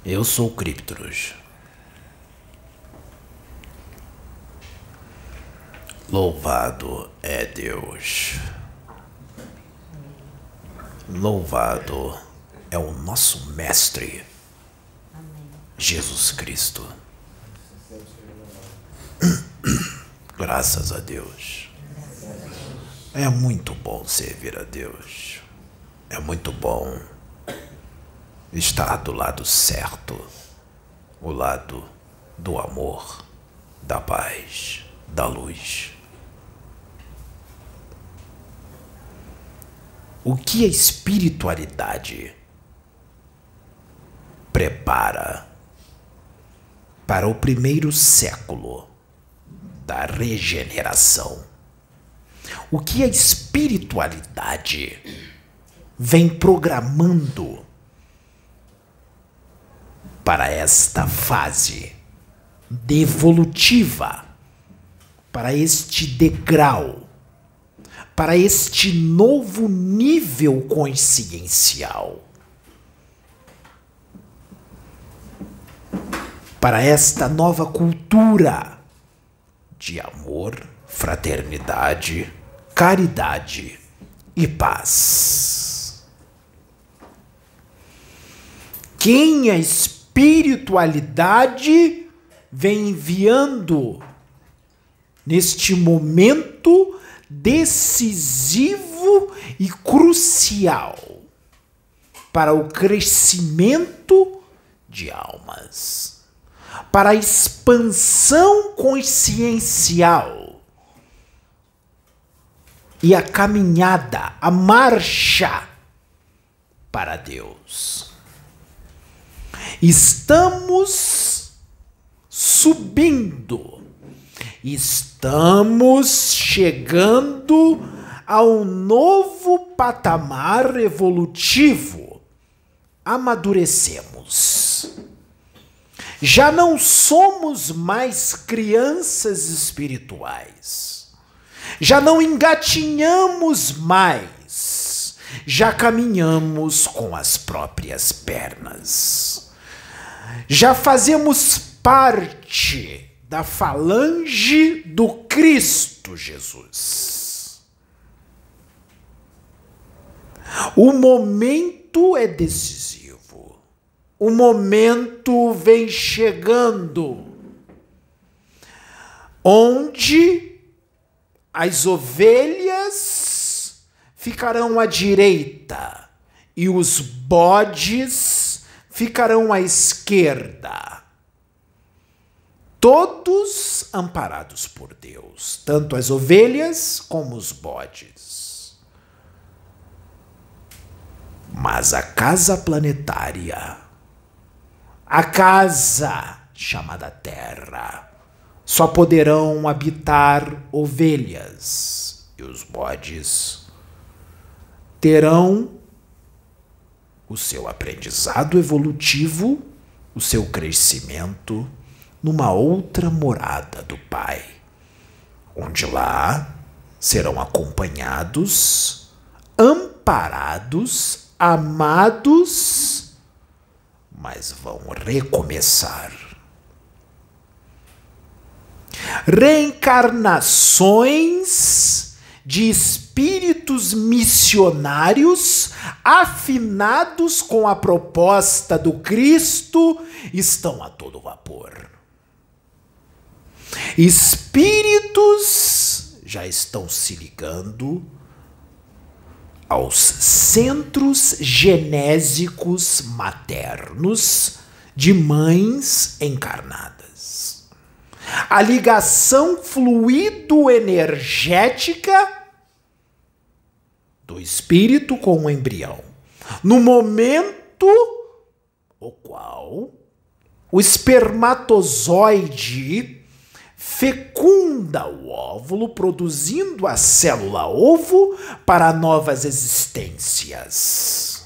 Eu sou Cryptoros. Louvado é Deus. Louvado é o nosso Mestre, Jesus Cristo. Graças a Deus. É muito bom servir a Deus. É muito bom estar do lado certo, o lado do amor, da paz, da luz. O que a espiritualidade prepara para o primeiro século da regeneração? O que a espiritualidade vem programando para esta fase devolutiva, para este degrau, para este novo nível consciencial, para esta nova cultura de amor, fraternidade, caridade e paz. Quem a espiritualidade vem enviando neste momento decisivo e crucial para o crescimento de almas, para a expansão consciencial e a caminhada, a marcha para Deus. Estamos subindo, estamos chegando a um novo patamar evolutivo. Amadurecemos. Já não somos mais crianças espirituais. Já não engatinhamos mais. Já caminhamos com as próprias pernas. Já fazemos parte da falange do Cristo Jesus. O momento é decisivo. O momento vem chegando, onde as ovelhas ficarão à direita e os bodes ficarão à esquerda. Todos amparados por Deus, tanto as ovelhas como os bodes. Mas a casa planetária, a casa chamada Terra, só poderão habitar ovelhas, e os bodes terão o seu aprendizado evolutivo, o seu crescimento numa outra morada do Pai, onde lá serão acompanhados, amparados, amados, mas vão recomeçar. Reencarnações de espíritos missionários afinados com a proposta do Cristo estão a todo vapor. Espíritos já estão se ligando aos centros genésicos maternos de mães encarnadas. A ligação fluido-energética do espírito com o embrião, no momento o qual o espermatozoide fecunda o óvulo, produzindo a célula-ovo para novas existências.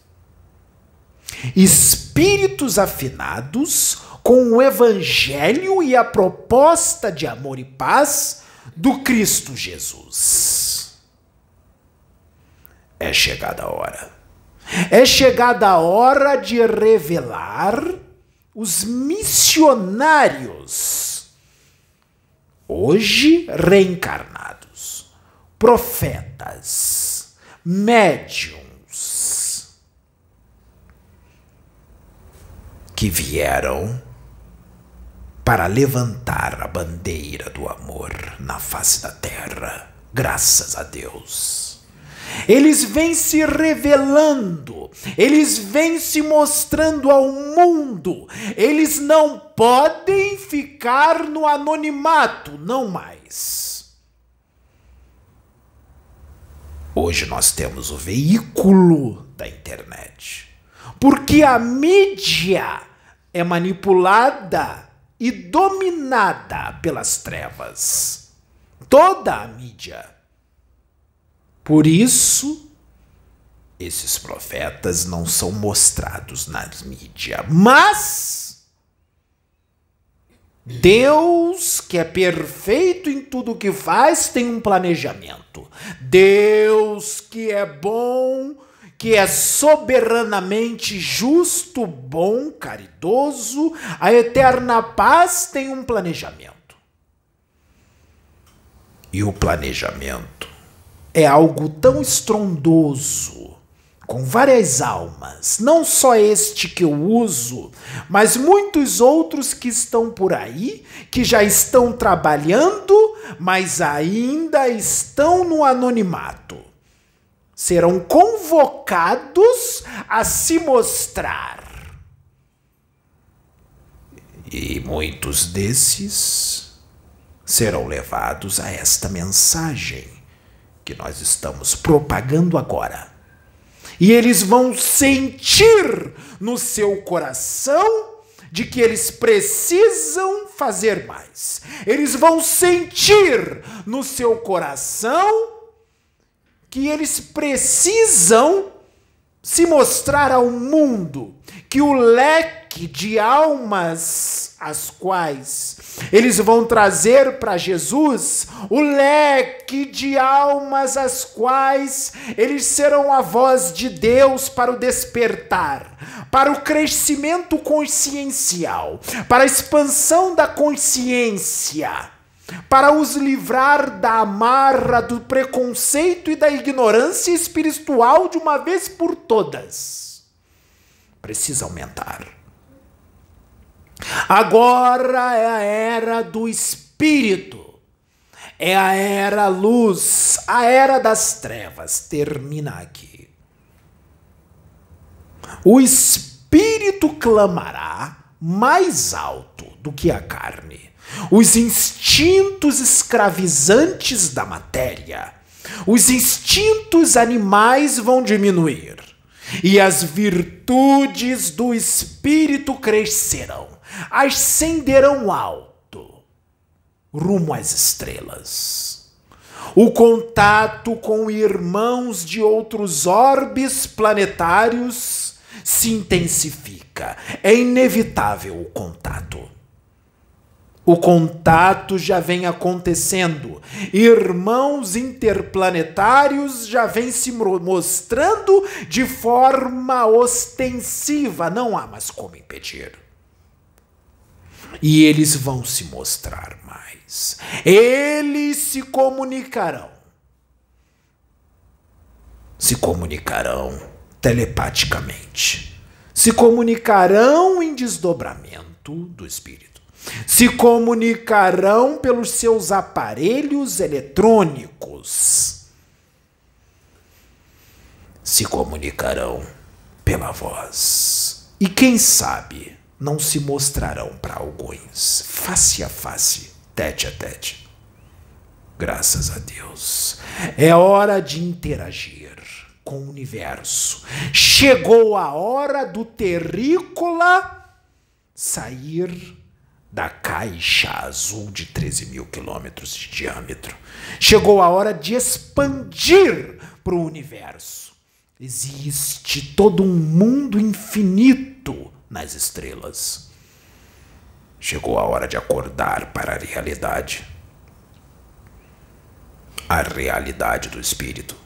Espíritos afinados com o Evangelho e a proposta de amor e paz do Cristo Jesus. É chegada a hora. É chegada a hora de revelar os missionários, hoje reencarnados, profetas, médiuns, que vieram para levantar a bandeira do amor na face da terra, graças a Deus. Eles vêm se revelando, eles vêm se mostrando ao mundo, eles não podem ficar no anonimato, não mais. Hoje nós temos o veículo da internet, porque a mídia é manipulada e dominada pelas trevas. Toda a mídia. Por isso, esses profetas não são mostrados na mídia. Mas Deus, que é perfeito em tudo o que faz, tem um planejamento. Deus, que é bom, que é soberanamente justo, bom, caridoso, a eterna paz tem um planejamento. E o planejamento é algo tão estrondoso, com várias almas, não só este que eu uso, mas muitos outros que estão por aí, que já estão trabalhando, mas ainda estão no anonimato. Serão convocados a se mostrar. E muitos desses serão levados a esta mensagem que nós estamos propagando agora. E eles vão sentir no seu coração de que eles precisam fazer mais. Eles vão sentir no seu coração que eles precisam se mostrar ao mundo, que o leque de almas as quais eles vão trazer para Jesus, o leque de almas as quais eles serão a voz de Deus para o despertar, para o crescimento consciencial, para a expansão da consciência, para os livrar da amarra do preconceito e da ignorância espiritual de uma vez por todas. Precisa aumentar. Agora é a era do Espírito, é a era luz, a era das trevas. Termina aqui. O Espírito clamará mais alto do que a carne. Os instintos escravizantes da matéria, os instintos animais vão diminuir e as virtudes do Espírito crescerão, ascenderão alto, rumo às estrelas. O contato com irmãos de outros orbes planetários se intensifica. É inevitável o contato. O contato já vem acontecendo. Irmãos interplanetários já vêm se mostrando de forma ostensiva. Não há mais como impedir. E eles vão se mostrar mais. Eles se comunicarão. Se comunicarão telepaticamente. Se comunicarão em desdobramento do espírito. Se comunicarão pelos seus aparelhos eletrônicos. Se comunicarão pela voz. E quem sabe não se mostrarão para alguns face a face, tete a tete. Graças a Deus. É hora de interagir com o universo. Chegou a hora do terrícola sair da caixa azul de 13 mil quilômetros de diâmetro. Chegou a hora de expandir para o universo. Existe todo um mundo infinito nas estrelas. Chegou a hora de acordar para a realidade. A realidade do espírito.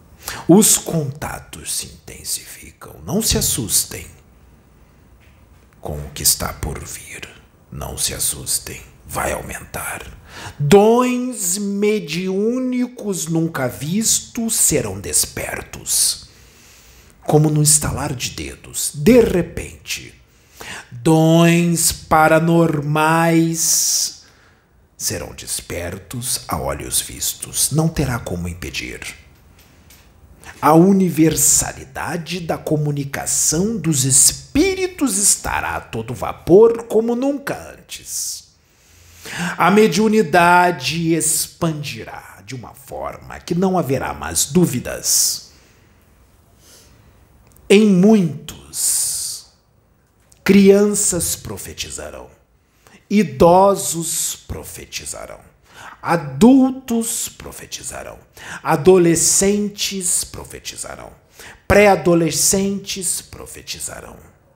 Os contatos se intensificam. Não se assustem. com o que está por vir. Não se assustem, vai aumentar. Dons mediúnicos nunca vistos serão despertos, como no estalar de dedos, de repente. Dons paranormais serão despertos a olhos vistos, não terá como impedir. A universalidade da comunicação dos espíritos estará a todo vapor como nunca antes. A mediunidade expandirá de uma forma que não haverá mais dúvidas. Em muitos, crianças profetizarão, idosos profetizarão, adultos profetizarão, adolescentes profetizarão, pré-adolescentes profetizarão.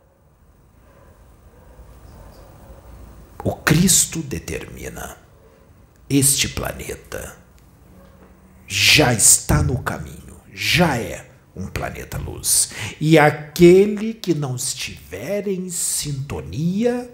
O Cristo determina: este planeta já está no caminho, já é um planeta luz. E aquele que não estiver em sintonia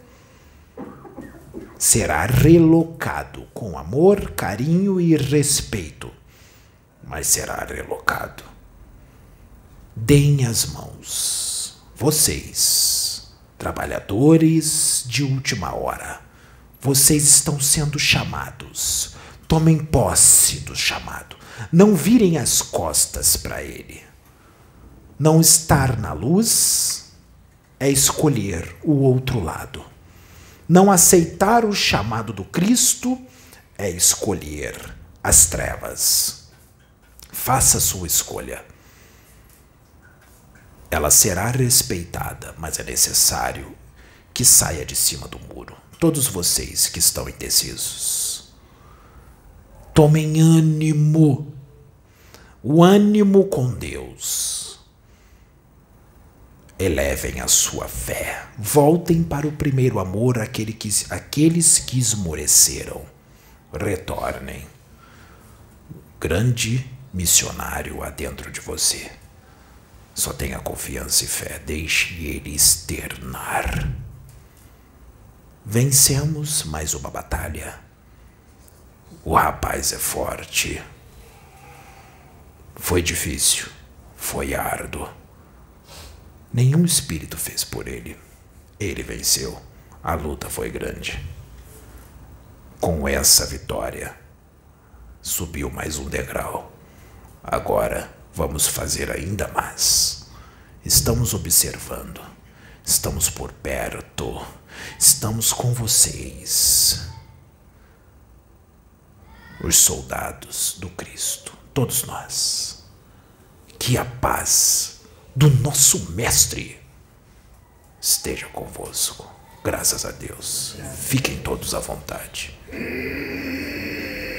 será relocado com amor, carinho e respeito, mas será relocado. Deem as mãos, vocês, trabalhadores de última hora, vocês estão sendo chamados. Tomem posse do chamado. Não virem as costas para ele. Não estar na luz é escolher o outro lado. Não aceitar o chamado do Cristo é escolher as trevas. Faça a sua escolha. Ela será respeitada, mas é necessário que saia de cima do muro. Todos vocês que estão indecisos, tomem ânimo. O ânimo com Deus. Elevem a sua fé. Voltem para o primeiro amor, aqueles que esmoreceram. Retornem. Grande missionário há dentro de você. Só tenha confiança e fé. Deixe ele externar. Vencemos mais uma batalha. O rapaz é forte. Foi difícil. Foi árduo. Nenhum espírito fez por ele. Ele venceu. A luta foi grande. Com essa vitória, subiu mais um degrau. Agora vamos fazer ainda mais. Estamos observando. Estamos por perto. Estamos com vocês. Os soldados do Cristo. Todos nós. Que a paz do nosso Mestre esteja convosco. Graças a Deus. Fiquem todos à vontade.